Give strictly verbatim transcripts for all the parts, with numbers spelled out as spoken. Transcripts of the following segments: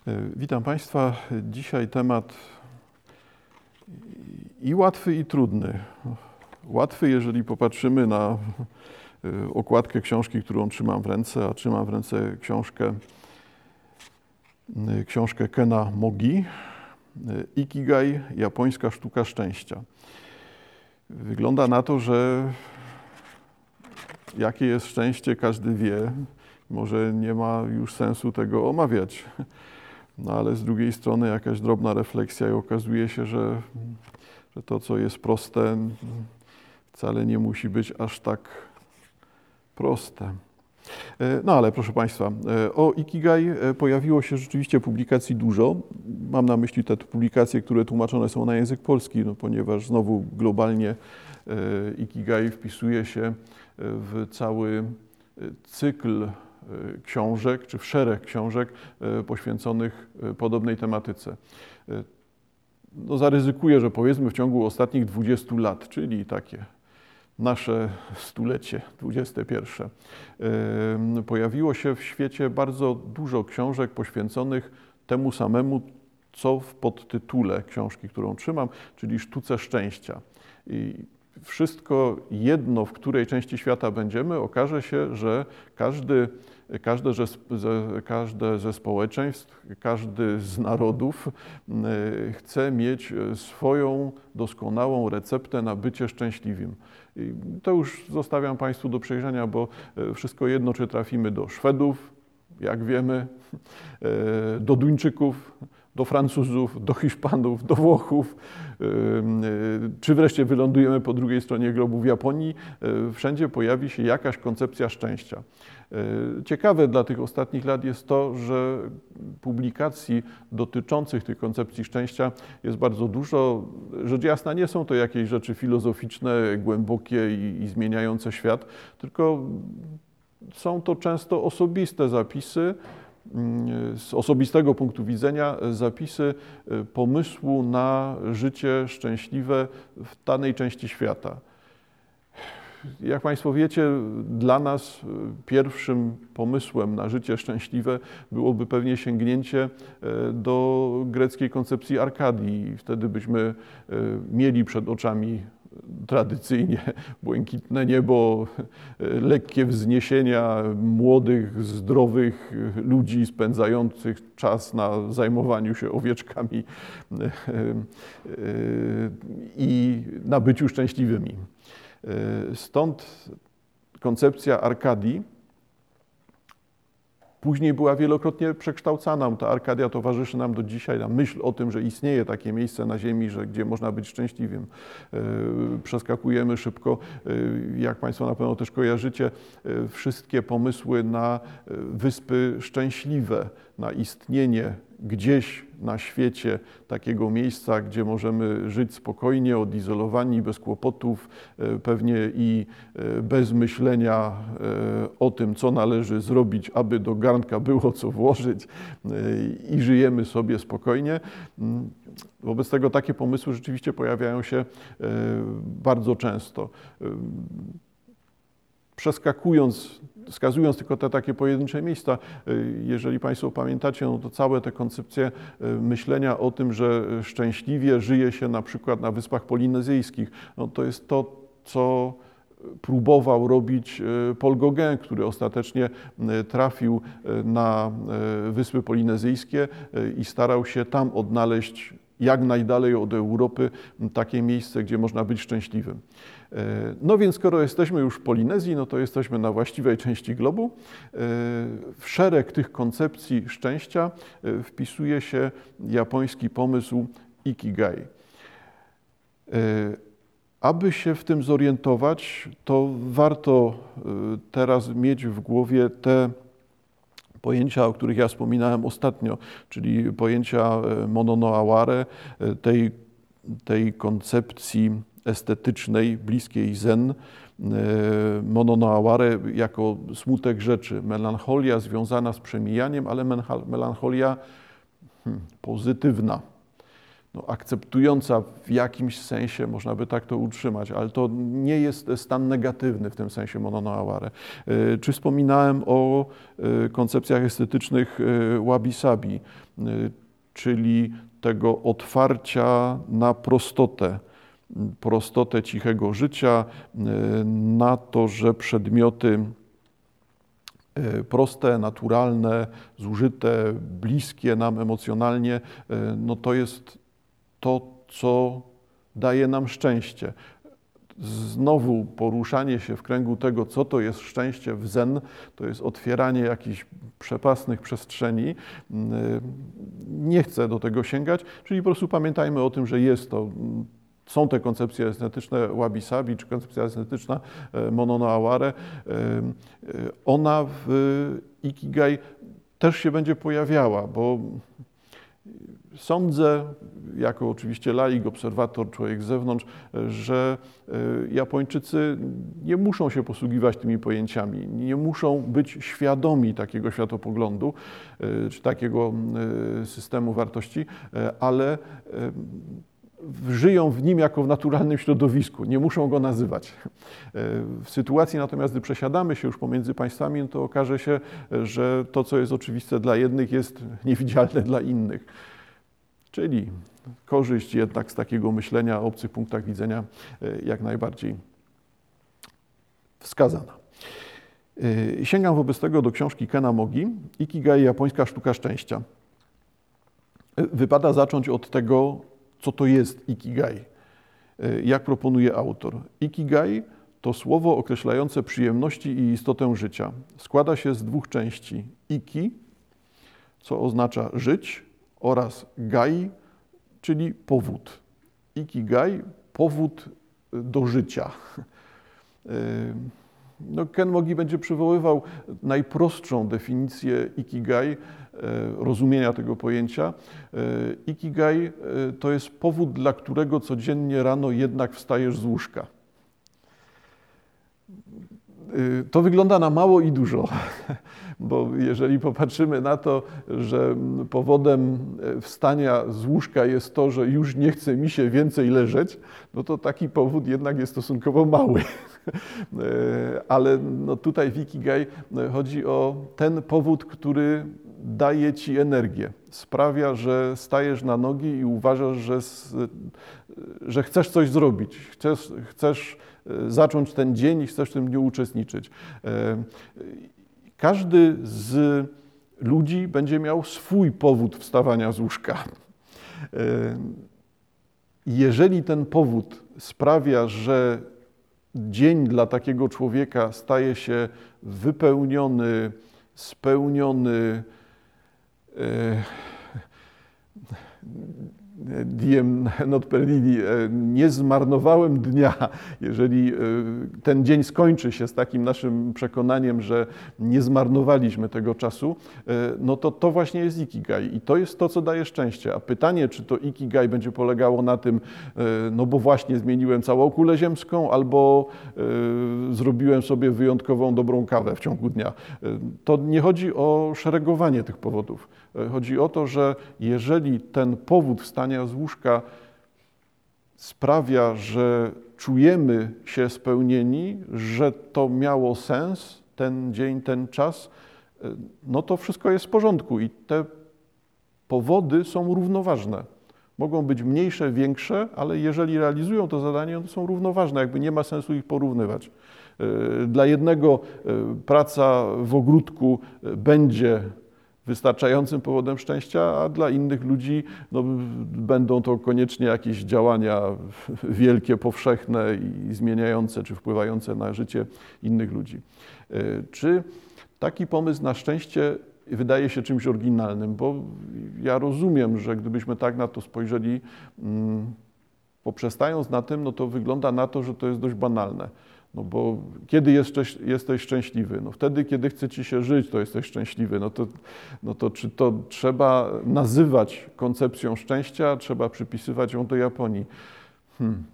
Witam Państwa. Dzisiaj temat i łatwy, i trudny. Łatwy, jeżeli popatrzymy na okładkę książki, którą trzymam w ręce, a trzymam w ręce książkę, książkę Kena Mogi, Ikigai, japońska sztuka szczęścia. Wygląda na to, że jakie jest szczęście, każdy wie. Może nie ma już sensu tego omawiać. No ale z drugiej strony jakaś drobna refleksja i okazuje się, że, że to, co jest proste, wcale nie musi być aż tak proste. No ale proszę Państwa, o Ikigai pojawiło się rzeczywiście publikacji dużo. Mam na myśli te publikacje, które tłumaczone są na język polski, no, ponieważ znowu globalnie Ikigai wpisuje się w cały cykl książek, czy w szereg książek poświęconych podobnej tematyce. No, zaryzykuję, że powiedzmy w ciągu ostatnich dwudziestu lat, czyli takie nasze stulecie, dwudzieste pierwsze, pojawiło się w świecie bardzo dużo książek poświęconych temu samemu, co w podtytule książki, którą trzymam, czyli sztuce szczęścia. I wszystko jedno, w której części świata będziemy, okaże się, że każdy, każde, ze, każde ze społeczeństw, każdy z narodów chce mieć swoją doskonałą receptę na bycie szczęśliwym. I to już zostawiam Państwu do przejrzenia, bo wszystko jedno, czy trafimy do Szwedów, jak wiemy, do Duńczyków, do Francuzów, do Hiszpanów, do Włochów, czy wreszcie wylądujemy po drugiej stronie globu w Japonii, wszędzie pojawi się jakaś koncepcja szczęścia. Ciekawe dla tych ostatnich lat jest to, że publikacji dotyczących tych koncepcji szczęścia jest bardzo dużo. Rzecz jasna, nie są to jakieś rzeczy filozoficzne, głębokie i, i zmieniające świat, tylko są to często osobiste zapisy, z osobistego punktu widzenia zapisy pomysłu na życie szczęśliwe w danej części świata. Jak Państwo wiecie, dla nas pierwszym pomysłem na życie szczęśliwe byłoby pewnie sięgnięcie do greckiej koncepcji Arkadii. Wtedy byśmy mieli przed oczami tradycyjnie błękitne niebo, lekkie wzniesienia młodych, zdrowych ludzi spędzających czas na zajmowaniu się owieczkami i na byciu szczęśliwymi. Stąd koncepcja Arkadii później była wielokrotnie przekształcana. Ta Arkadia towarzyszy nam do dzisiaj, na myśl o tym, że istnieje takie miejsce na ziemi, że, gdzie można być szczęśliwym. Przeskakujemy szybko, jak Państwo na pewno też kojarzycie, wszystkie pomysły na wyspy szczęśliwe, na istnienie gdzieś na świecie takiego miejsca, gdzie możemy żyć spokojnie, odizolowani, bez kłopotów, pewnie i bez myślenia o tym, co należy zrobić, aby do garnka było co włożyć i żyjemy sobie spokojnie. Wobec tego takie pomysły rzeczywiście pojawiają się bardzo często. Przeskakując, wskazując tylko te takie pojedyncze miejsca, jeżeli Państwo pamiętacie, no to całe te koncepcje myślenia o tym, że szczęśliwie żyje się na przykład na Wyspach Polinezyjskich, no to jest to, co próbował robić Paul Gauguin, który ostatecznie trafił na Wyspy Polinezyjskie i starał się tam odnaleźć jak najdalej od Europy takie miejsce, gdzie można być szczęśliwym. No więc skoro jesteśmy już w Polinezji, no to jesteśmy na właściwej części globu. W szereg tych koncepcji szczęścia wpisuje się japoński pomysł Ikigai. Aby się w tym zorientować, to warto teraz mieć w głowie te pojęcia, o których ja wspominałem ostatnio, czyli pojęcia mono no aware, tej, tej koncepcji estetycznej, bliskiej zen, mono no aware jako smutek rzeczy, melancholia związana z przemijaniem, ale melancholia hmm, pozytywna. no, akceptująca w jakimś sensie, można by tak to utrzymać, ale to nie jest stan negatywny w tym sensie mono no aware. Czy wspominałem o koncepcjach estetycznych wabi-sabi, czyli tego otwarcia na prostotę, prostotę cichego życia, na to, że przedmioty proste, naturalne, zużyte, bliskie nam emocjonalnie, no to jest to, co daje nam szczęście. Znowu poruszanie się w kręgu tego, co to jest szczęście w zen, to jest otwieranie jakichś przepastnych przestrzeni. Nie chcę do tego sięgać, czyli po prostu pamiętajmy o tym, że jest to, są te koncepcje estetyczne wabi-sabi, czy koncepcja estetyczna mono no aware. Ona w ikigai też się będzie pojawiała, bo sądzę, jako oczywiście laik, obserwator, człowiek z zewnątrz, że Japończycy nie muszą się posługiwać tymi pojęciami, nie muszą być świadomi takiego światopoglądu czy takiego systemu wartości, ale żyją w nim jako w naturalnym środowisku, nie muszą go nazywać. W sytuacji natomiast, gdy przesiadamy się już pomiędzy państwami, no to okaże się, że to, co jest oczywiste dla jednych, jest niewidzialne dla innych. Czyli korzyść jednak z takiego myślenia o obcych punktach widzenia jak najbardziej wskazana. Sięgam wobec tego do książki Kena Mogi, Ikigai, japońska sztuka szczęścia. Wypada zacząć od tego, co to jest ikigai. Jak proponuje autor? Ikigai to słowo określające przyjemności i istotę życia. Składa się z dwóch części. Iki, co oznacza żyć, oraz gai, czyli powód. Ikigai, powód do życia. No, Ken Mogi będzie przywoływał najprostszą definicję ikigai, rozumienia tego pojęcia. Ikigai to jest powód, dla którego codziennie rano jednak wstajesz z łóżka. To wygląda na mało i dużo, bo jeżeli popatrzymy na to, że powodem wstania z łóżka jest to, że już nie chce mi się więcej leżeć, no to taki powód jednak jest stosunkowo mały. Ale no tutaj w Ikigai chodzi o ten powód, który daje ci energię, sprawia, że stajesz na nogi i uważasz, że, że chcesz coś zrobić, chcesz, chcesz zacząć ten dzień i chcesz w tym dniu uczestniczyć. Każdy z ludzi będzie miał swój powód wstawania z łóżka. Jeżeli ten powód sprawia, że dzień dla takiego człowieka staje się wypełniony, spełniony, diem not perditi, nie zmarnowałem dnia, jeżeli ten dzień skończy się z takim naszym przekonaniem, że nie zmarnowaliśmy tego czasu, no to to właśnie jest ikigai i to jest to, co daje szczęście. A pytanie, czy to ikigai będzie polegało na tym, no bo właśnie zmieniłem całą kulę ziemską albo zrobiłem sobie wyjątkową dobrą kawę w ciągu dnia. To nie chodzi o szeregowanie tych powodów. Chodzi o to, że jeżeli ten powód wstania z łóżka sprawia, że czujemy się spełnieni, że to miało sens, ten dzień, ten czas, no to wszystko jest w porządku i te powody są równoważne. Mogą być mniejsze, większe, ale jeżeli realizują to zadanie, to są równoważne, jakby nie ma sensu ich porównywać. Dla jednego praca w ogródku będzie wystarczającym powodem szczęścia, a dla innych ludzi no, będą to koniecznie jakieś działania wielkie, powszechne i zmieniające czy wpływające na życie innych ludzi. Czy taki pomysł na szczęście wydaje się czymś oryginalnym? Bo ja rozumiem, że gdybyśmy tak na to spojrzeli, poprzestając na tym, no to wygląda na to, że to jest dość banalne. No bo kiedy jesteś, jesteś szczęśliwy? No wtedy, kiedy chce ci się żyć, to jesteś szczęśliwy. No to, no to czy to trzeba nazywać koncepcją szczęścia, trzeba przypisywać ją do Japonii? Hmm.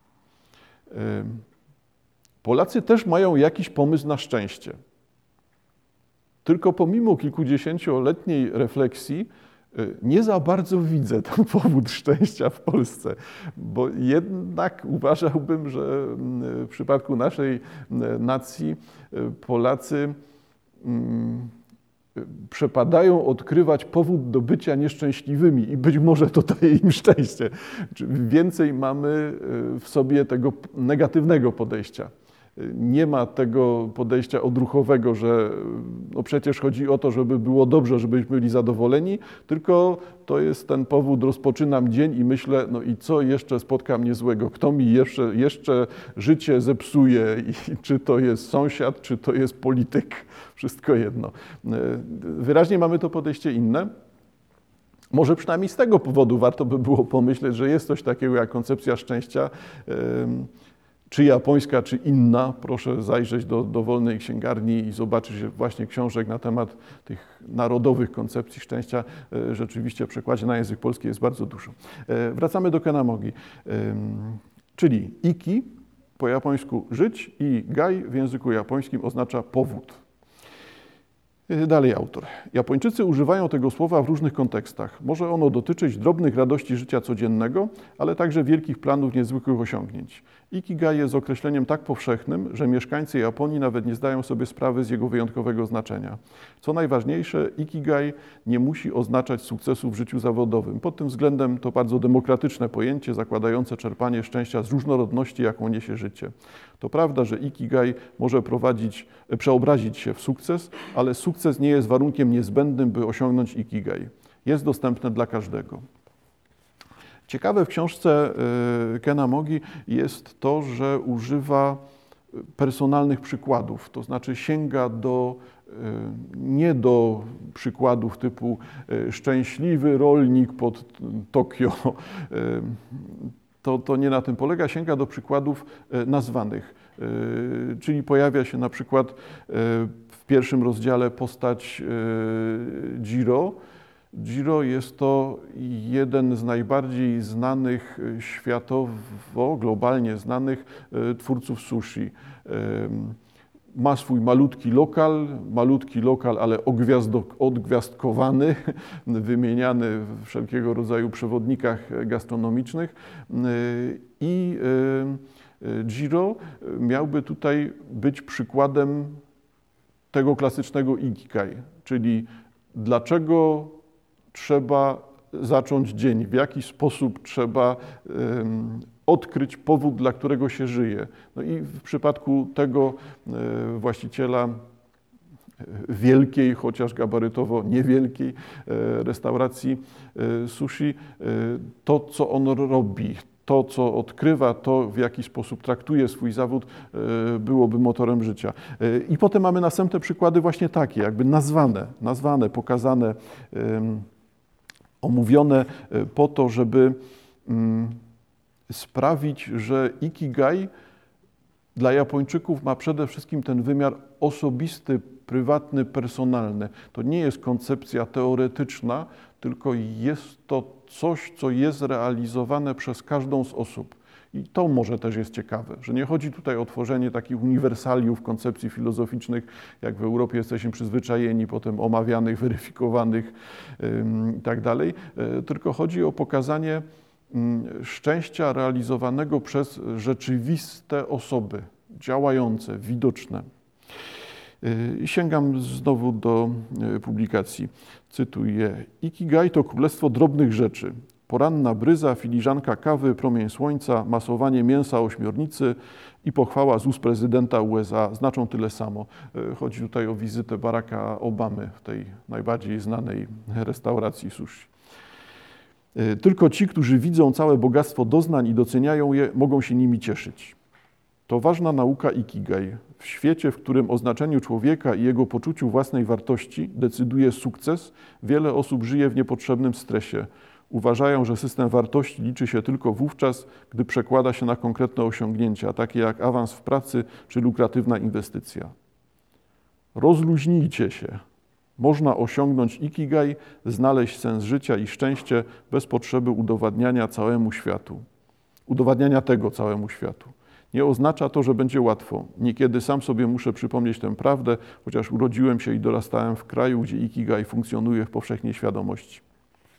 Polacy też mają jakiś pomysł na szczęście. Tylko pomimo kilkudziesięcioletniej refleksji Nie za bardzo widzę ten powód szczęścia w Polsce, bo jednak uważałbym, że w przypadku naszej nacji Polacy przepadają odkrywać powód do bycia nieszczęśliwymi i być może to daje im szczęście. Więcej mamy w sobie tego negatywnego podejścia. Nie ma tego podejścia odruchowego, że no przecież chodzi o to, żeby było dobrze, żebyśmy byli zadowoleni, tylko to jest ten powód, rozpoczynam dzień i myślę, no i co jeszcze spotka mnie złego, kto mi jeszcze, jeszcze życie zepsuje i czy to jest sąsiad, czy to jest polityk, wszystko jedno. Wyraźnie mamy to podejście inne. Może przynajmniej z tego powodu warto by było pomyśleć, że jest coś takiego jak koncepcja szczęścia, czy japońska, czy inna. Proszę zajrzeć do dowolnej księgarni i zobaczyć właśnie książek na temat tych narodowych koncepcji szczęścia. Rzeczywiście w przekładzie na język polski jest bardzo dużo. Wracamy do Kenamogi, czyli iki, po japońsku żyć, i gai w języku japońskim oznacza powód. Dalej autor. Japończycy używają tego słowa w różnych kontekstach. Może ono dotyczyć drobnych radości życia codziennego, ale także wielkich planów, niezwykłych osiągnięć. Ikigai jest określeniem tak powszechnym, że mieszkańcy Japonii nawet nie zdają sobie sprawy z jego wyjątkowego znaczenia. Co najważniejsze, ikigai nie musi oznaczać sukcesu w życiu zawodowym. Pod tym względem to bardzo demokratyczne pojęcie zakładające czerpanie szczęścia z różnorodności, jaką niesie życie. To prawda, że ikigai może prowadzić, przeobrazić się w sukces, ale sukces nie jest warunkiem niezbędnym, by osiągnąć ikigai. Jest dostępne dla każdego. Ciekawe w książce Kenamogi jest to, że używa personalnych przykładów, to znaczy sięga do, nie do przykładów typu szczęśliwy rolnik pod Tokio, to, to nie na tym polega, sięga do przykładów nazwanych, czyli pojawia się na przykład w pierwszym rozdziale postać Jiro. Jiro jest to jeden z najbardziej znanych światowo, globalnie znanych twórców sushi. Ma swój malutki lokal, malutki lokal, ale odgwiazdkowany, wymieniany w wszelkiego rodzaju przewodnikach gastronomicznych. I Jiro miałby tutaj być przykładem tego klasycznego ikigai, czyli dlaczego trzeba zacząć dzień, w jaki sposób trzeba um, odkryć powód, dla którego się żyje. No i w przypadku tego e, właściciela wielkiej, chociaż gabarytowo niewielkiej e, restauracji e, sushi, e, to co on robi, to co odkrywa, to w jaki sposób traktuje swój zawód, e, byłoby motorem życia. E, I potem mamy następne przykłady właśnie takie, jakby nazwane, nazwane, pokazane, e, omówione po to, żeby mm, sprawić, że ikigai dla Japończyków ma przede wszystkim ten wymiar osobisty, prywatny, personalny. To nie jest koncepcja teoretyczna, tylko jest to coś, co jest realizowane przez każdą z osób. I to może też jest ciekawe, że nie chodzi tutaj o tworzenie takich uniwersaliów koncepcji filozoficznych, jak w Europie jesteśmy przyzwyczajeni, potem omawianych, weryfikowanych i tak dalej, tylko chodzi o pokazanie szczęścia realizowanego przez rzeczywiste osoby, działające, widoczne. Sięgam znowu do publikacji. Cytuję. Ikigai to królestwo drobnych rzeczy. Poranna bryza, filiżanka kawy, promień słońca, masowanie mięsa ośmiornicy i pochwała z ust prezydenta U S A znaczą tyle samo. Chodzi tutaj o wizytę Baracka Obamy w tej najbardziej znanej restauracji sushi. Tylko ci, którzy widzą całe bogactwo doznań i doceniają je, mogą się nimi cieszyć. To ważna nauka ikigai. W świecie, w którym o znaczeniu człowieka i jego poczuciu własnej wartości decyduje sukces, wiele osób żyje w niepotrzebnym stresie. Uważają, że system wartości liczy się tylko wówczas, gdy przekłada się na konkretne osiągnięcia, takie jak awans w pracy czy lukratywna inwestycja. Rozluźnijcie się. Można osiągnąć ikigai, znaleźć sens życia i szczęście bez potrzeby udowadniania całemu światu. Udowadniania tego całemu światu. Nie oznacza to, że będzie łatwo. Niekiedy sam sobie muszę przypomnieć tę prawdę, chociaż urodziłem się i dorastałem w kraju, gdzie ikigai funkcjonuje w powszechnej świadomości.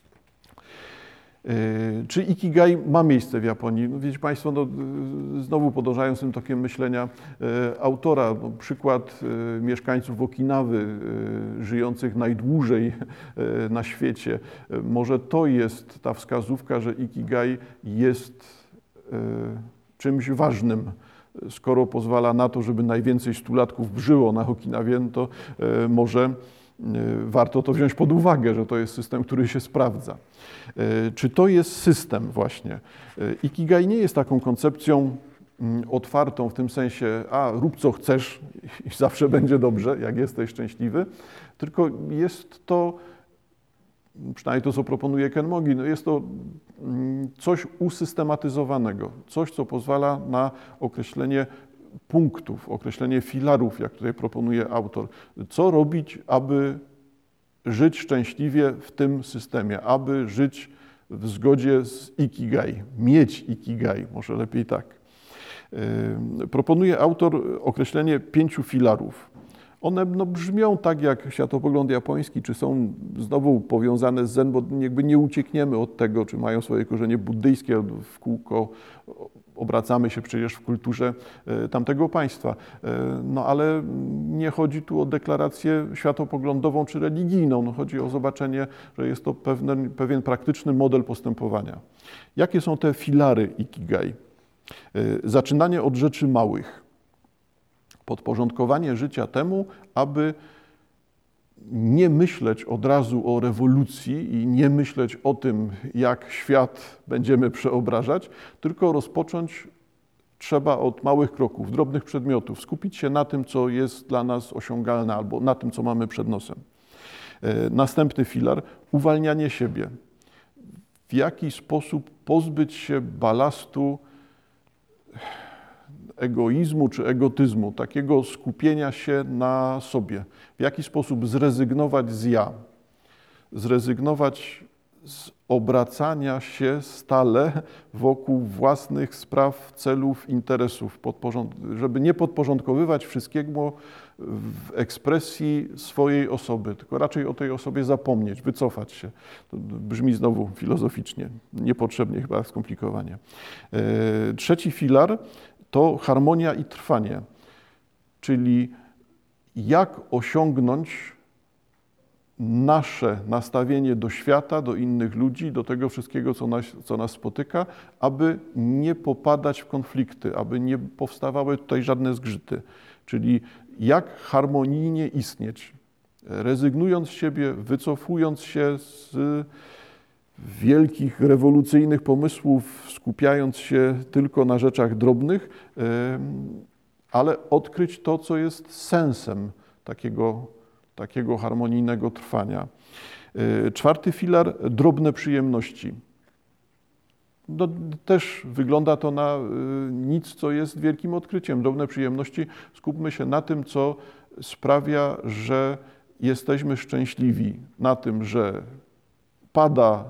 Czy Ikigai ma miejsce w Japonii? No, wiecie Państwo, no, znowu podążając tym tokiem myślenia autora, no, przykład mieszkańców Okinawy, żyjących najdłużej na świecie. Może to jest ta wskazówka, że Ikigai jest czymś ważnym. Skoro pozwala na to, żeby najwięcej stulatków żyło na Okinawie, no to może warto to wziąć pod uwagę, że to jest system, który się sprawdza. Czy to jest system właśnie? Ikigai nie jest taką koncepcją otwartą w tym sensie, a rób co chcesz i zawsze będzie dobrze, jak jesteś szczęśliwy, tylko jest to, przynajmniej to, co proponuje Ken Mogi, no jest to coś usystematyzowanego, coś, co pozwala na określenie punktów, określenie filarów, jak tutaj proponuje autor. Co robić, aby żyć szczęśliwie w tym systemie, aby żyć w zgodzie z Ikigai, mieć Ikigai, może lepiej tak. Proponuje autor określenie pięciu filarów. One no, brzmią tak jak światopogląd japoński, czy są znowu powiązane z Zen, bo jakby nie uciekniemy od tego, czy mają swoje korzenie buddyjskie, w kółko obracamy się przecież w kulturze tamtego państwa. No ale nie chodzi tu o deklarację światopoglądową czy religijną, no, chodzi o zobaczenie, że jest to pewien, pewien praktyczny model postępowania. Jakie są te filary Ikigai? Zaczynanie od rzeczy małych. Podporządkowanie życia temu, aby nie myśleć od razu o rewolucji i nie myśleć o tym, jak świat będziemy przeobrażać, tylko rozpocząć trzeba od małych kroków, drobnych przedmiotów, skupić się na tym, co jest dla nas osiągalne albo na tym, co mamy przed nosem. Następny filar, uwalnianie siebie. W jaki sposób pozbyć się balastu egoizmu czy egotyzmu, takiego skupienia się na sobie. W jaki sposób zrezygnować z ja, zrezygnować z obracania się stale wokół własnych spraw, celów, interesów, żeby nie podporządkowywać wszystkiego w ekspresji swojej osoby, tylko raczej o tej osobie zapomnieć, wycofać się. To brzmi znowu filozoficznie, niepotrzebnie chyba skomplikowanie. Trzeci filar to harmonia i trwanie, czyli jak osiągnąć nasze nastawienie do świata, do innych ludzi, do tego wszystkiego, co nas, co nas spotyka, aby nie popadać w konflikty, aby nie powstawały tutaj żadne zgrzyty. Czyli jak harmonijnie istnieć, rezygnując z siebie, wycofując się z wielkich, rewolucyjnych pomysłów, skupiając się tylko na rzeczach drobnych, ale odkryć to, co jest sensem takiego, takiego harmonijnego trwania. Czwarty filar, drobne przyjemności. No, też wygląda to na nic, co jest wielkim odkryciem. Drobne przyjemności, skupmy się na tym, co sprawia, że jesteśmy szczęśliwi, na tym, że pada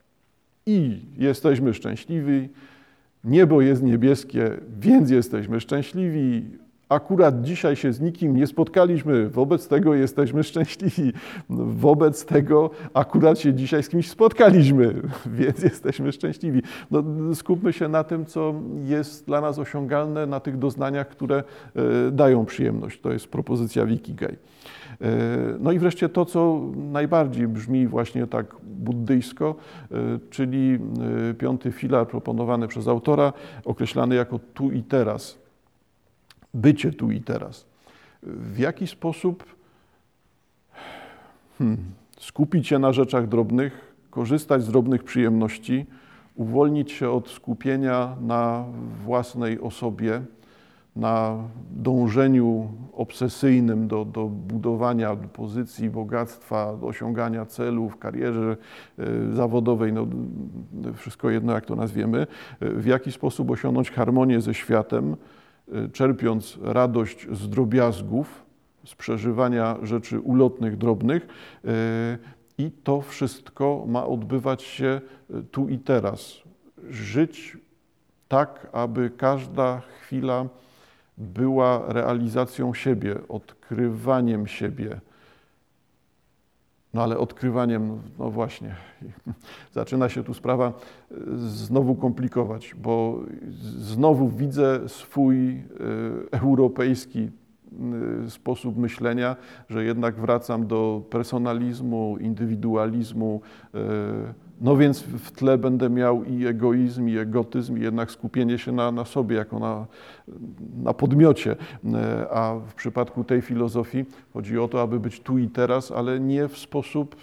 i jesteśmy szczęśliwi, niebo jest niebieskie, więc jesteśmy szczęśliwi, akurat dzisiaj się z nikim nie spotkaliśmy, wobec tego jesteśmy szczęśliwi, wobec tego akurat się dzisiaj z kimś spotkaliśmy, więc jesteśmy szczęśliwi. No, skupmy się na tym, co jest dla nas osiągalne, na tych doznaniach, które dają przyjemność. To jest propozycja w Ikigai. No i wreszcie to, co najbardziej brzmi właśnie tak buddyjsko, czyli piąty filar proponowany przez autora, określany jako tu i teraz. Bycie tu i teraz. W jaki sposób hmm, skupić się na rzeczach drobnych, korzystać z drobnych przyjemności, uwolnić się od skupienia na własnej osobie, na dążeniu obsesyjnym do, do budowania pozycji, bogactwa, do osiągania celów, karierze zawodowej, no, wszystko jedno jak to nazwiemy, w jaki sposób osiągnąć harmonię ze światem, czerpiąc radość z drobiazgów, z przeżywania rzeczy ulotnych, drobnych, i to wszystko ma odbywać się tu i teraz. Żyć tak, aby każda chwila była realizacją siebie, odkrywaniem siebie, No ale odkrywaniem, no właśnie, zaczyna się tu sprawa znowu komplikować, bo znowu widzę swój europejski sposób myślenia, że jednak wracam do personalizmu, indywidualizmu, no więc w tle będę miał i egoizm, i egotyzm, i jednak skupienie się na, na sobie, jako na, na podmiocie. A w przypadku tej filozofii chodzi o to, aby być tu i teraz, ale nie w sposób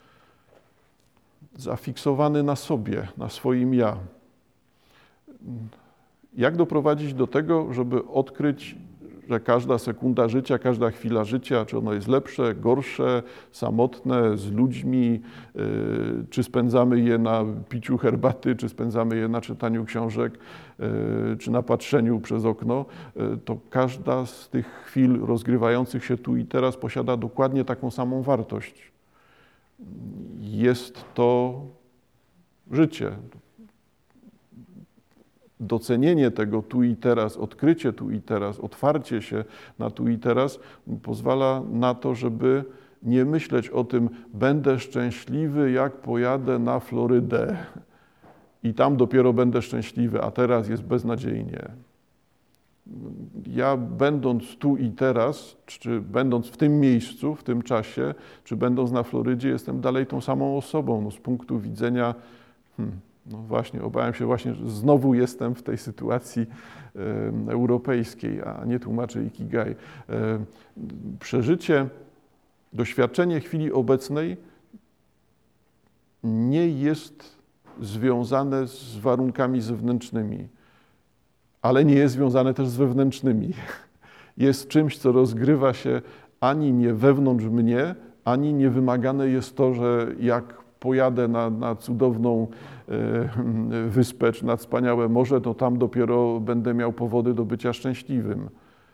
zafiksowany na sobie, na swoim ja. Jak doprowadzić do tego, żeby odkryć, że każda sekunda życia, każda chwila życia, czy ono jest lepsze, gorsze, samotne, z ludźmi, czy spędzamy je na piciu herbaty, czy spędzamy je na czytaniu książek, czy na patrzeniu przez okno, to każda z tych chwil rozgrywających się tu i teraz posiada dokładnie taką samą wartość. Jest to życie. Docenienie tego tu i teraz, odkrycie tu i teraz, otwarcie się na tu i teraz pozwala na to, żeby nie myśleć o tym, będę szczęśliwy, jak pojadę na Florydę i tam dopiero będę szczęśliwy, a teraz jest beznadziejnie. Ja będąc tu i teraz, czy będąc w tym miejscu, w tym czasie, czy będąc na Florydzie, jestem dalej tą samą osobą. No, z punktu widzenia hmm, no właśnie, obawiam się właśnie, że znowu jestem w tej sytuacji e, europejskiej, a nie tłumaczę Ikigai. E, przeżycie, doświadczenie chwili obecnej nie jest związane z warunkami zewnętrznymi, ale nie jest związane też z wewnętrznymi. Jest czymś, co rozgrywa się ani nie wewnątrz mnie, ani nie wymagane jest to, że jak pojadę na, na cudowną e, wyspę czy na wspaniałe morze, to tam dopiero będę miał powody do bycia szczęśliwym.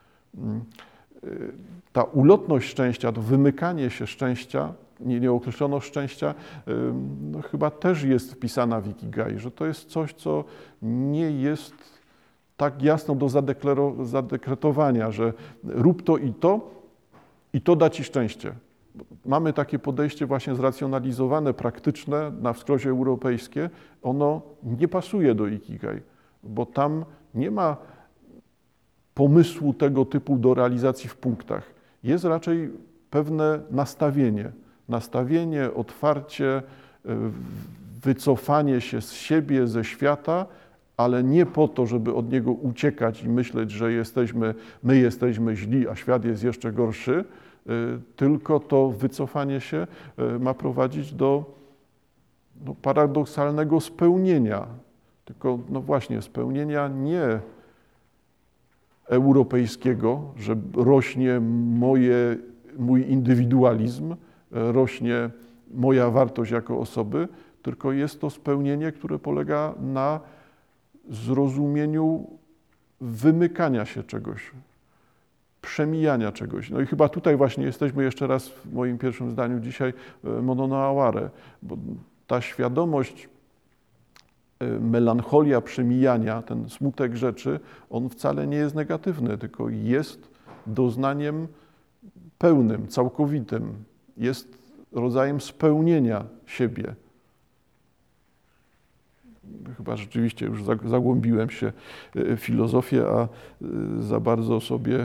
Ta ulotność szczęścia, to wymykanie się szczęścia, nie, nieokreśloność szczęścia, e, no, chyba też jest wpisana w Ikigai, że to jest coś, co nie jest tak jasno do zadekretowania, że rób to i to, i to da ci szczęście. Mamy takie podejście właśnie zracjonalizowane, praktyczne, na wskrosie europejskie. Ono nie pasuje do Ikigai, bo tam nie ma pomysłu tego typu do realizacji w punktach. Jest raczej pewne nastawienie. Nastawienie, otwarcie, wycofanie się z siebie, ze świata, ale nie po to, żeby od niego uciekać i myśleć, że jesteśmy, my jesteśmy źli, a świat jest jeszcze gorszy, tylko to wycofanie się ma prowadzić do no, paradoksalnego spełnienia. Tylko no właśnie spełnienia nie europejskiego, że rośnie moje, mój indywidualizm, rośnie moja wartość jako osoby, tylko jest to spełnienie, które polega na zrozumieniu wymykania się czegoś, przemijania czegoś. No i chyba tutaj właśnie jesteśmy jeszcze raz w moim pierwszym zdaniu dzisiaj mono no aware, bo ta świadomość, melancholia przemijania, ten smutek rzeczy, on wcale nie jest negatywny, tylko jest doznaniem pełnym, całkowitym. Jest rodzajem spełnienia siebie. Chyba rzeczywiście już zagłębiłem się w filozofię, a za bardzo sobie,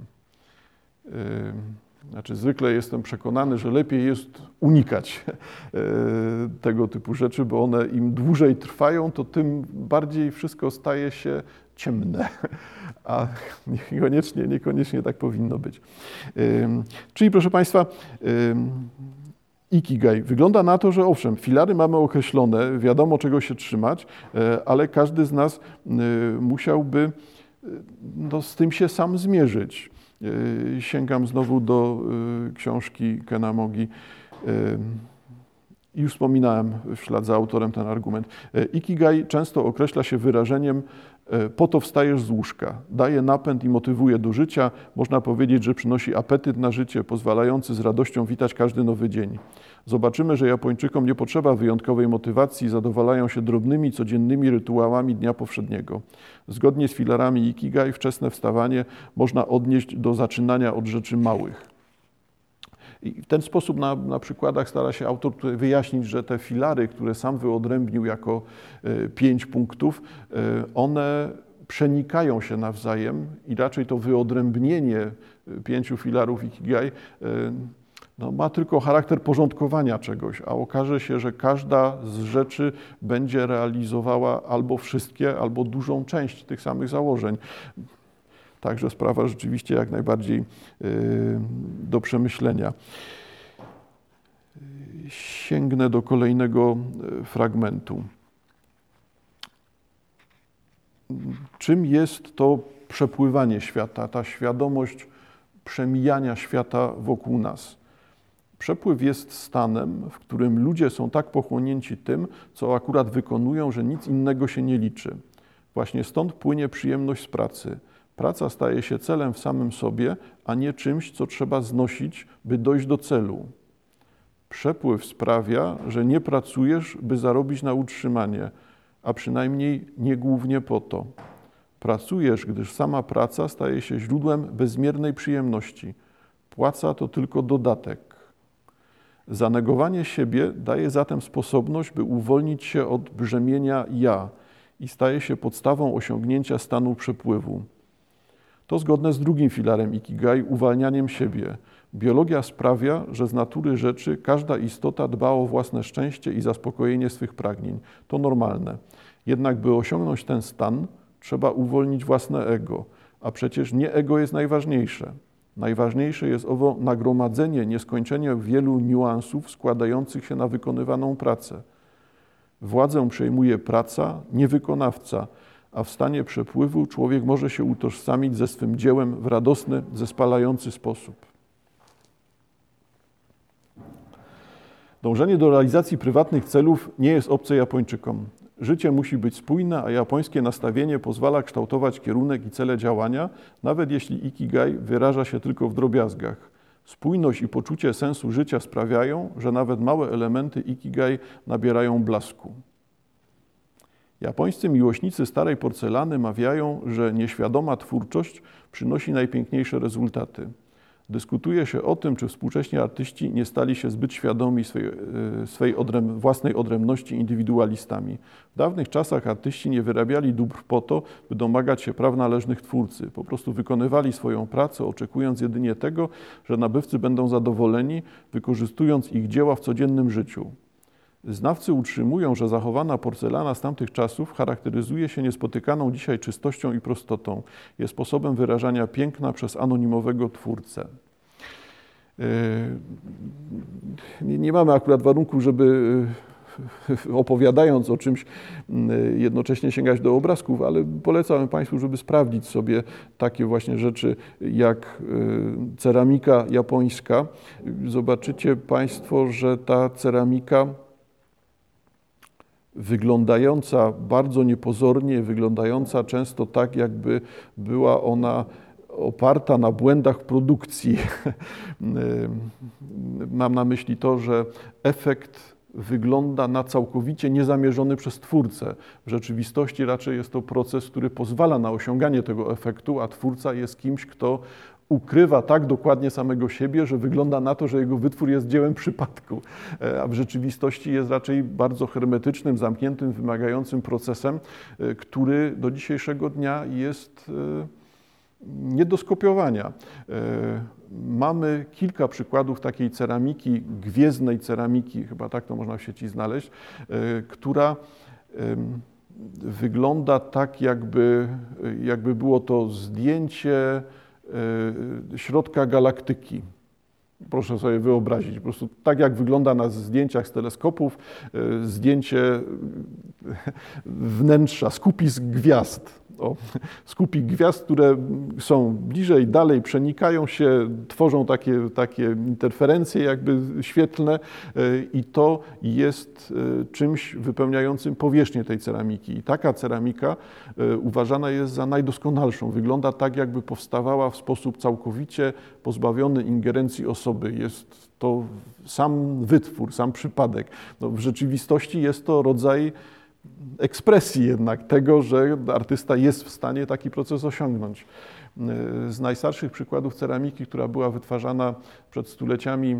znaczy zwykle jestem przekonany, że lepiej jest unikać tego typu rzeczy, bo one im dłużej trwają, to tym bardziej wszystko staje się ciemne, a niekoniecznie, niekoniecznie tak powinno być. Czyli proszę Państwa, Ikigai. Wygląda na to, że owszem, filary mamy określone, wiadomo czego się trzymać, ale każdy z nas musiałby no, z tym się sam zmierzyć. Sięgam znowu do książki Kena Mogi. Już wspominałem w ślad za autorem ten argument. Ikigai często określa się wyrażeniem po to wstajesz z łóżka. Daje napęd i motywuje do życia. Można powiedzieć, że przynosi apetyt na życie, pozwalający z radością witać każdy nowy dzień. Zobaczymy, że Japończykom nie potrzeba wyjątkowej motywacji, zadowalają się drobnymi, codziennymi rytuałami dnia powszedniego. Zgodnie z filarami Ikigai wczesne wstawanie można odnieść do zaczynania od rzeczy małych. I w ten sposób na, na przykładach stara się autor tutaj wyjaśnić, że te filary, które sam wyodrębnił jako pięć punktów, one przenikają się nawzajem i raczej to wyodrębnienie pięciu filarów Ikigai no, ma tylko charakter porządkowania czegoś, a okaże się, że każda z rzeczy będzie realizowała albo wszystkie, albo dużą część tych samych założeń. Także sprawa rzeczywiście jak najbardziej do przemyślenia. Sięgnę do kolejnego fragmentu. Czym jest to przepływanie świata, ta świadomość przemijania świata wokół nas? Przepływ jest stanem, w którym ludzie są tak pochłonięci tym, co akurat wykonują, że nic innego się nie liczy. Właśnie stąd płynie przyjemność z pracy. Praca staje się celem w samym sobie, a nie czymś, co trzeba znosić, by dojść do celu. Przepływ sprawia, że nie pracujesz, by zarobić na utrzymanie, a przynajmniej nie głównie po to. Pracujesz, gdyż sama praca staje się źródłem bezmiernej przyjemności. Płaca to tylko dodatek. Zanegowanie siebie daje zatem sposobność, by uwolnić się od brzemienia ja i staje się podstawą osiągnięcia stanu przepływu. To zgodne z drugim filarem Ikigai, uwalnianiem siebie. Biologia sprawia, że z natury rzeczy każda istota dba o własne szczęście i zaspokojenie swych pragnień. To normalne. Jednak by osiągnąć ten stan, trzeba uwolnić własne ego, a przecież nie ego jest najważniejsze. Najważniejsze jest owo nagromadzenie nieskończenie wielu niuansów składających się na wykonywaną pracę. Władzę przejmuje praca, nie wykonawca, a w stanie przepływu człowiek może się utożsamić ze swym dziełem w radosny, zespalający sposób. Dążenie do realizacji prywatnych celów nie jest obce Japończykom. Życie musi być spójne, a japońskie nastawienie pozwala kształtować kierunek i cele działania, nawet jeśli Ikigai wyraża się tylko w drobiazgach. Spójność i poczucie sensu życia sprawiają, że nawet małe elementy Ikigai nabierają blasku. Japońscy miłośnicy starej porcelany mawiają, że nieświadoma twórczość przynosi najpiękniejsze rezultaty. Dyskutuje się o tym, czy współcześni artyści nie stali się zbyt świadomi swej, swej odręb, własnej odrębności indywidualistami. W dawnych czasach artyści nie wyrabiali dóbr po to, by domagać się praw należnych twórcy. Po prostu wykonywali swoją pracę, oczekując jedynie tego, że nabywcy będą zadowoleni, wykorzystując ich dzieła w codziennym życiu. Znawcy utrzymują, że zachowana porcelana z tamtych czasów charakteryzuje się niespotykaną dzisiaj czystością i prostotą. Jest sposobem wyrażania piękna przez anonimowego twórcę. Nie, nie mamy akurat warunków, żeby opowiadając o czymś jednocześnie sięgać do obrazków, ale polecam Państwu, żeby sprawdzić sobie takie właśnie rzeczy jak ceramika japońska. Zobaczycie Państwo, że ta ceramika wyglądająca bardzo niepozornie, wyglądająca często tak, jakby była ona oparta na błędach produkcji. Mam na myśli to, że efekt wygląda na całkowicie niezamierzony przez twórcę. W rzeczywistości raczej jest to proces, który pozwala na osiąganie tego efektu, a twórca jest kimś, kto ukrywa tak dokładnie samego siebie, że wygląda na to, że jego wytwór jest dziełem przypadku, a w rzeczywistości jest raczej bardzo hermetycznym, zamkniętym, wymagającym procesem, który do dzisiejszego dnia jest nie do skopiowania. Mamy kilka przykładów takiej ceramiki, gwiezdnej ceramiki, chyba tak to można w sieci znaleźć, która wygląda tak, jakby, jakby było to zdjęcie środka galaktyki. Proszę sobie wyobrazić, po prostu tak jak wygląda na zdjęciach z teleskopów, zdjęcie wnętrza, skupisk gwiazd. O, skupik gwiazd, które są bliżej, dalej, przenikają się, tworzą takie, takie interferencje jakby świetlne i to jest czymś wypełniającym powierzchnię tej ceramiki. I taka ceramika uważana jest za najdoskonalszą. Wygląda tak, jakby powstawała w sposób całkowicie pozbawiony ingerencji osoby. Jest to sam wytwór, sam przypadek. No, w rzeczywistości jest to rodzaj ekspresji jednak tego, że artysta jest w stanie taki proces osiągnąć. Z najstarszych przykładów ceramiki, która była wytwarzana przed stuleciami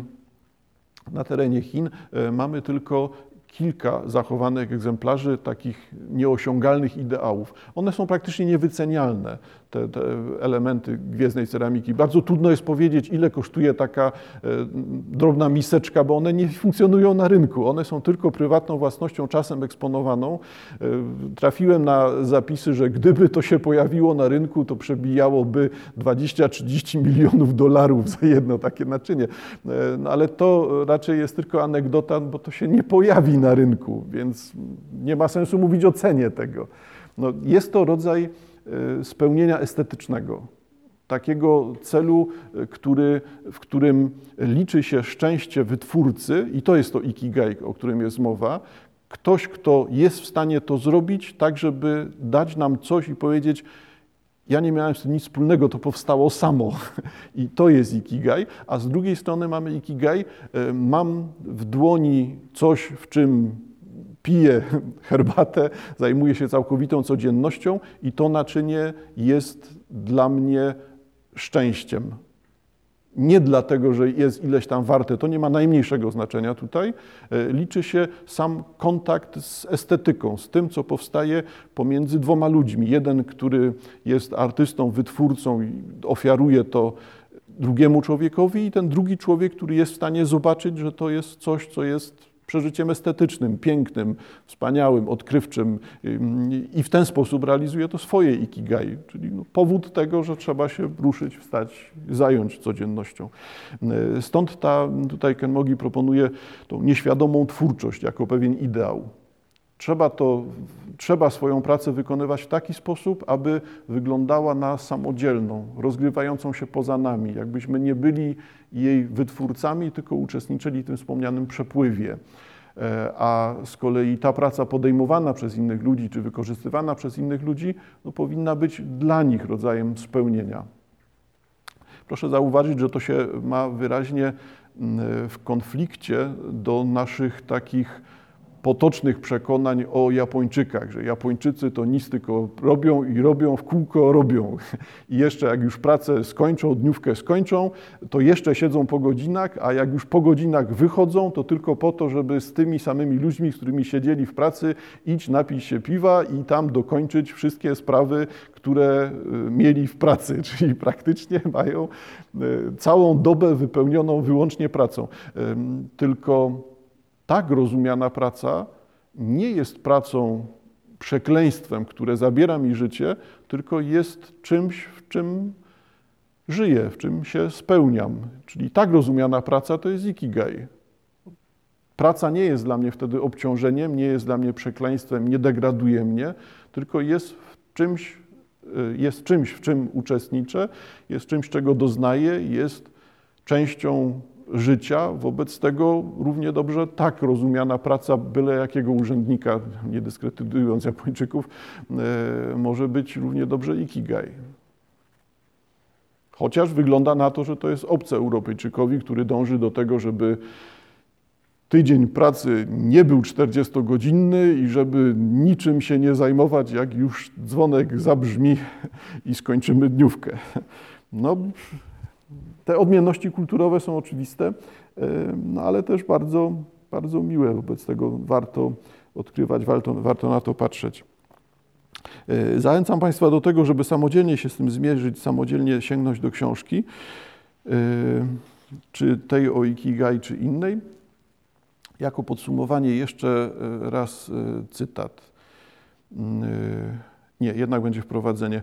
na terenie Chin, mamy tylko kilka zachowanych egzemplarzy takich nieosiągalnych ideałów. One są praktycznie niewycenialne, te, te elementy gwiezdnej ceramiki. Bardzo trudno jest powiedzieć, ile kosztuje taka e, drobna miseczka, bo one nie funkcjonują na rynku. One są tylko prywatną własnością, czasem eksponowaną. E, trafiłem na zapisy, że gdyby to się pojawiło na rynku, to przebijałoby dwadzieścia trzydzieści milionów dolarów za jedno takie naczynie. E, no, ale to raczej jest tylko anegdota, bo to się nie pojawi na rynku, więc nie ma sensu mówić o cenie tego. No, jest to rodzaj spełnienia estetycznego, takiego celu, który, w którym liczy się szczęście wytwórcy i to jest to ikigai, o którym jest mowa. Ktoś, kto jest w stanie to zrobić tak, żeby dać nam coś i powiedzieć: ja nie miałem z tym nic wspólnego, to powstało samo. I to jest ikigai. A z drugiej strony mamy ikigai, mam w dłoni coś, w czym piję herbatę, zajmuję się całkowitą codziennością i to naczynie jest dla mnie szczęściem. Nie dlatego, że jest ileś tam warte, to nie ma najmniejszego znaczenia tutaj. Liczy się sam kontakt z estetyką, z tym, co powstaje pomiędzy dwoma ludźmi. Jeden, który jest artystą, wytwórcą i ofiaruje to drugiemu człowiekowi, i ten drugi człowiek, który jest w stanie zobaczyć, że to jest coś, co jest przeżyciem estetycznym, pięknym, wspaniałym, odkrywczym i w ten sposób realizuje to swoje ikigai, czyli no powód tego, że trzeba się ruszyć, wstać, zająć codziennością. Stąd ta, tutaj Kenmogi proponuje tą nieświadomą twórczość jako pewien ideał. Trzeba, to, trzeba swoją pracę wykonywać w taki sposób, aby wyglądała na samodzielną, rozgrywającą się poza nami, jakbyśmy nie byli jej wytwórcami, tylko uczestniczyli w tym wspomnianym przepływie. A z kolei ta praca podejmowana przez innych ludzi, czy wykorzystywana przez innych ludzi, no, powinna być dla nich rodzajem spełnienia. Proszę zauważyć, że to się ma wyraźnie w konflikcie do naszych takich potocznych przekonań o Japończykach, że Japończycy to nic tylko robią i robią, w kółko robią. I jeszcze jak już pracę skończą, dniówkę skończą, to jeszcze siedzą po godzinach, a jak już po godzinach wychodzą, to tylko po to, żeby z tymi samymi ludźmi, z którymi siedzieli w pracy, iść napić się piwa i tam dokończyć wszystkie sprawy, które mieli w pracy, czyli praktycznie mają całą dobę wypełnioną wyłącznie pracą. Tylko tak rozumiana praca nie jest pracą, przekleństwem, które zabiera mi życie, tylko jest czymś, w czym żyję, w czym się spełniam. Czyli tak rozumiana praca to jest ikigai. Praca nie jest dla mnie wtedy obciążeniem, nie jest dla mnie przekleństwem, nie degraduje mnie, tylko jest w czymś, jest czymś, w czym uczestniczę, jest czymś, czego doznaję, jest częścią życia. Wobec tego równie dobrze tak rozumiana praca byle jakiego urzędnika, nie dyskredytując Japończyków, może być równie dobrze ikigai. Chociaż wygląda na to, że to jest obce Europejczykowi, który dąży do tego, żeby tydzień pracy nie był czterdziestogodzinny i żeby niczym się nie zajmować, jak już dzwonek zabrzmi i skończymy dniówkę. No, te odmienności kulturowe są oczywiste, no ale też bardzo, bardzo miłe. Wobec tego warto odkrywać, warto, warto na to patrzeć. Zachęcam Państwa do tego, żeby samodzielnie się z tym zmierzyć, samodzielnie sięgnąć do książki, czy tej o ikigai, czy innej. Jako podsumowanie jeszcze raz cytat. Nie, jednak będzie wprowadzenie.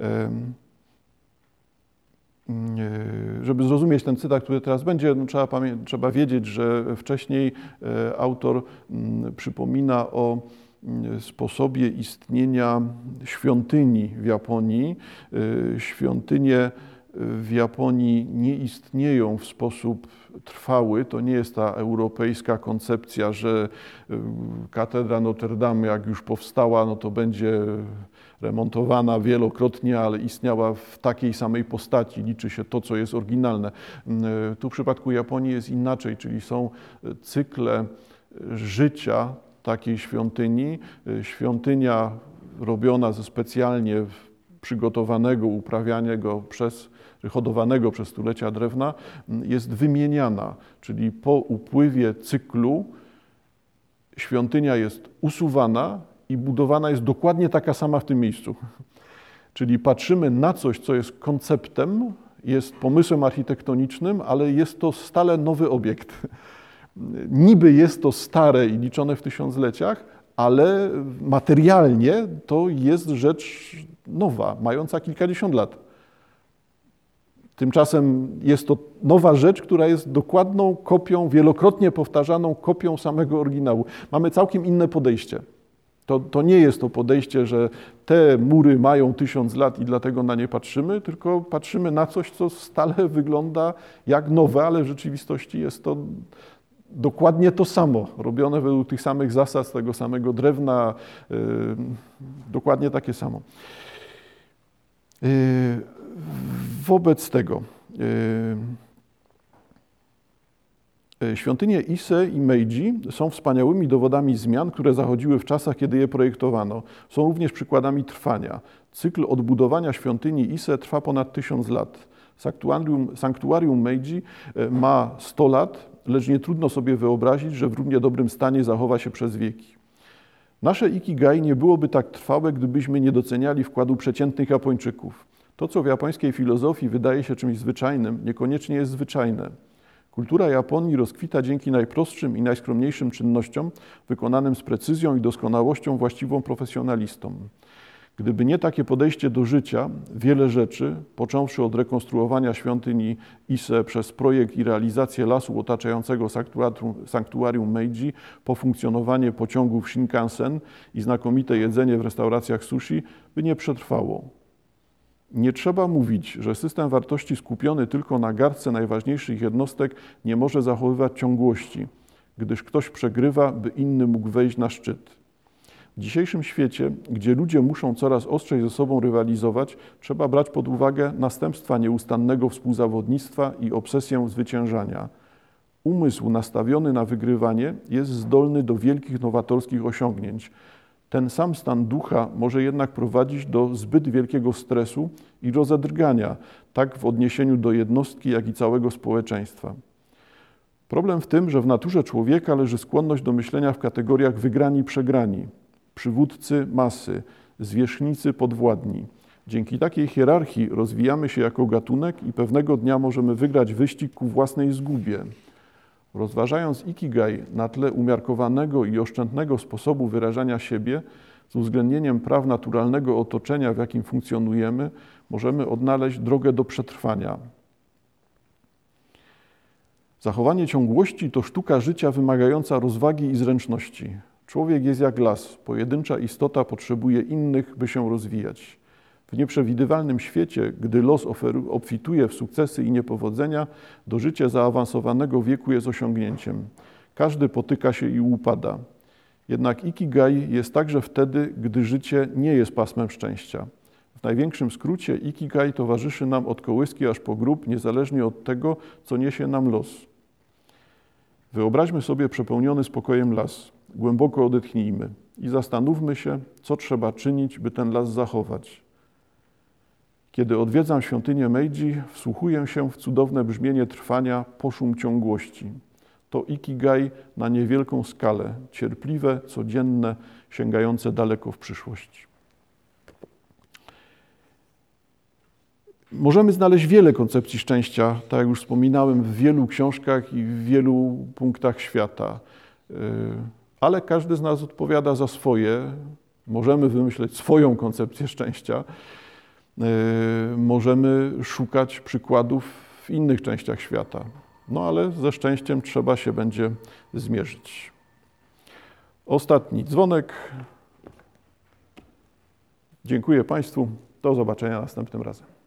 Żeby zrozumieć ten cytat, który teraz będzie, no trzeba, trzeba wiedzieć, że wcześniej autor przypomina o sposobie istnienia świątyni w Japonii. Świątynie w Japonii nie istnieją w sposób trwały. To nie jest ta europejska koncepcja, że katedra Notre Dame, jak już powstała, no to będzie remontowana wielokrotnie, ale istniała w takiej samej postaci. Liczy się to, co jest oryginalne. Tu w przypadku Japonii jest inaczej, czyli są cykle życia takiej świątyni. Świątynia robiona ze specjalnie przygotowanego, uprawianego przez, hodowanego przez stulecia drewna jest wymieniana, czyli po upływie cyklu świątynia jest usuwana i budowana jest dokładnie taka sama w tym miejscu. Czyli patrzymy na coś, co jest konceptem, jest pomysłem architektonicznym, ale jest to stale nowy obiekt. Niby jest to stare i liczone w tysiącleciach, ale materialnie to jest rzecz nowa, mająca kilkadziesiąt lat. Tymczasem jest to nowa rzecz, która jest dokładną kopią, wielokrotnie powtarzaną kopią samego oryginału. Mamy całkiem inne podejście. To, to nie jest to podejście, że te mury mają tysiąc lat i dlatego na nie patrzymy, tylko patrzymy na coś, co stale wygląda jak nowe, ale w rzeczywistości jest to dokładnie to samo, robione według tych samych zasad, z tego samego drewna, yy, dokładnie takie samo. Yy, wobec tego yy, świątynie Ise i Meidzi są wspaniałymi dowodami zmian, które zachodziły w czasach, kiedy je projektowano. Są również przykładami trwania. Cykl odbudowania świątyni Ise trwa ponad tysiąc lat. Sanktuarium, sanktuarium Meidzi ma sto lat, lecz nie trudno sobie wyobrazić, że w równie dobrym stanie zachowa się przez wieki. Nasze ikigai nie byłoby tak trwałe, gdybyśmy nie doceniali wkładu przeciętnych Japończyków. To, co w japońskiej filozofii wydaje się czymś zwyczajnym, niekoniecznie jest zwyczajne. Kultura Japonii rozkwita dzięki najprostszym i najskromniejszym czynnościom, wykonanym z precyzją i doskonałością właściwą profesjonalistom. Gdyby nie takie podejście do życia, wiele rzeczy, począwszy od rekonstruowania świątyni Ise przez projekt i realizację lasu otaczającego sanktuarium Meidzi, po funkcjonowanie pociągów Shinkansen i znakomite jedzenie w restauracjach sushi, by nie przetrwało. Nie trzeba mówić, że system wartości skupiony tylko na garstce najważniejszych jednostek nie może zachowywać ciągłości, gdyż ktoś przegrywa, by inny mógł wejść na szczyt. W dzisiejszym świecie, gdzie ludzie muszą coraz ostrzej ze sobą rywalizować, trzeba brać pod uwagę następstwa nieustannego współzawodnictwa i obsesję zwyciężania. Umysł nastawiony na wygrywanie jest zdolny do wielkich nowatorskich osiągnięć. Ten sam stan ducha może jednak prowadzić do zbyt wielkiego stresu i rozedrgania, tak w odniesieniu do jednostki, jak i całego społeczeństwa. Problem w tym, że w naturze człowieka leży skłonność do myślenia w kategoriach wygrani-przegrani. Przywódcy masy, zwierzchnicy podwładni. Dzięki takiej hierarchii rozwijamy się jako gatunek i pewnego dnia możemy wygrać wyścig ku własnej zgubie. Rozważając ikigai na tle umiarkowanego i oszczędnego sposobu wyrażania siebie, z uwzględnieniem praw naturalnego otoczenia, w jakim funkcjonujemy, możemy odnaleźć drogę do przetrwania. Zachowanie ciągłości to sztuka życia wymagająca rozwagi i zręczności. Człowiek jest jak las, pojedyncza istota potrzebuje innych, by się rozwijać. W nieprzewidywalnym świecie, gdy los oferu, obfituje w sukcesy i niepowodzenia, dożycie zaawansowanego wieku jest osiągnięciem. Każdy potyka się i upada. Jednak ikigai jest także wtedy, gdy życie nie jest pasmem szczęścia. W największym skrócie ikigai towarzyszy nam od kołyski aż po grób, niezależnie od tego, co niesie nam los. Wyobraźmy sobie przepełniony spokojem las. Głęboko odetchnijmy i zastanówmy się, co trzeba czynić, by ten las zachować. Kiedy odwiedzam świątynię Meidzi, wsłuchuję się w cudowne brzmienie trwania, poszum ciągłości. To ikigai na niewielką skalę, cierpliwe, codzienne, sięgające daleko w przyszłość. Możemy znaleźć wiele koncepcji szczęścia, tak jak już wspominałem, w wielu książkach i w wielu punktach świata. Ale każdy z nas odpowiada za swoje. Możemy wymyśleć swoją koncepcję szczęścia. Możemy szukać przykładów w innych częściach świata. No ale ze szczęściem trzeba się będzie zmierzyć. Ostatni dzwonek. Dziękuję Państwu. Do zobaczenia następnym razem.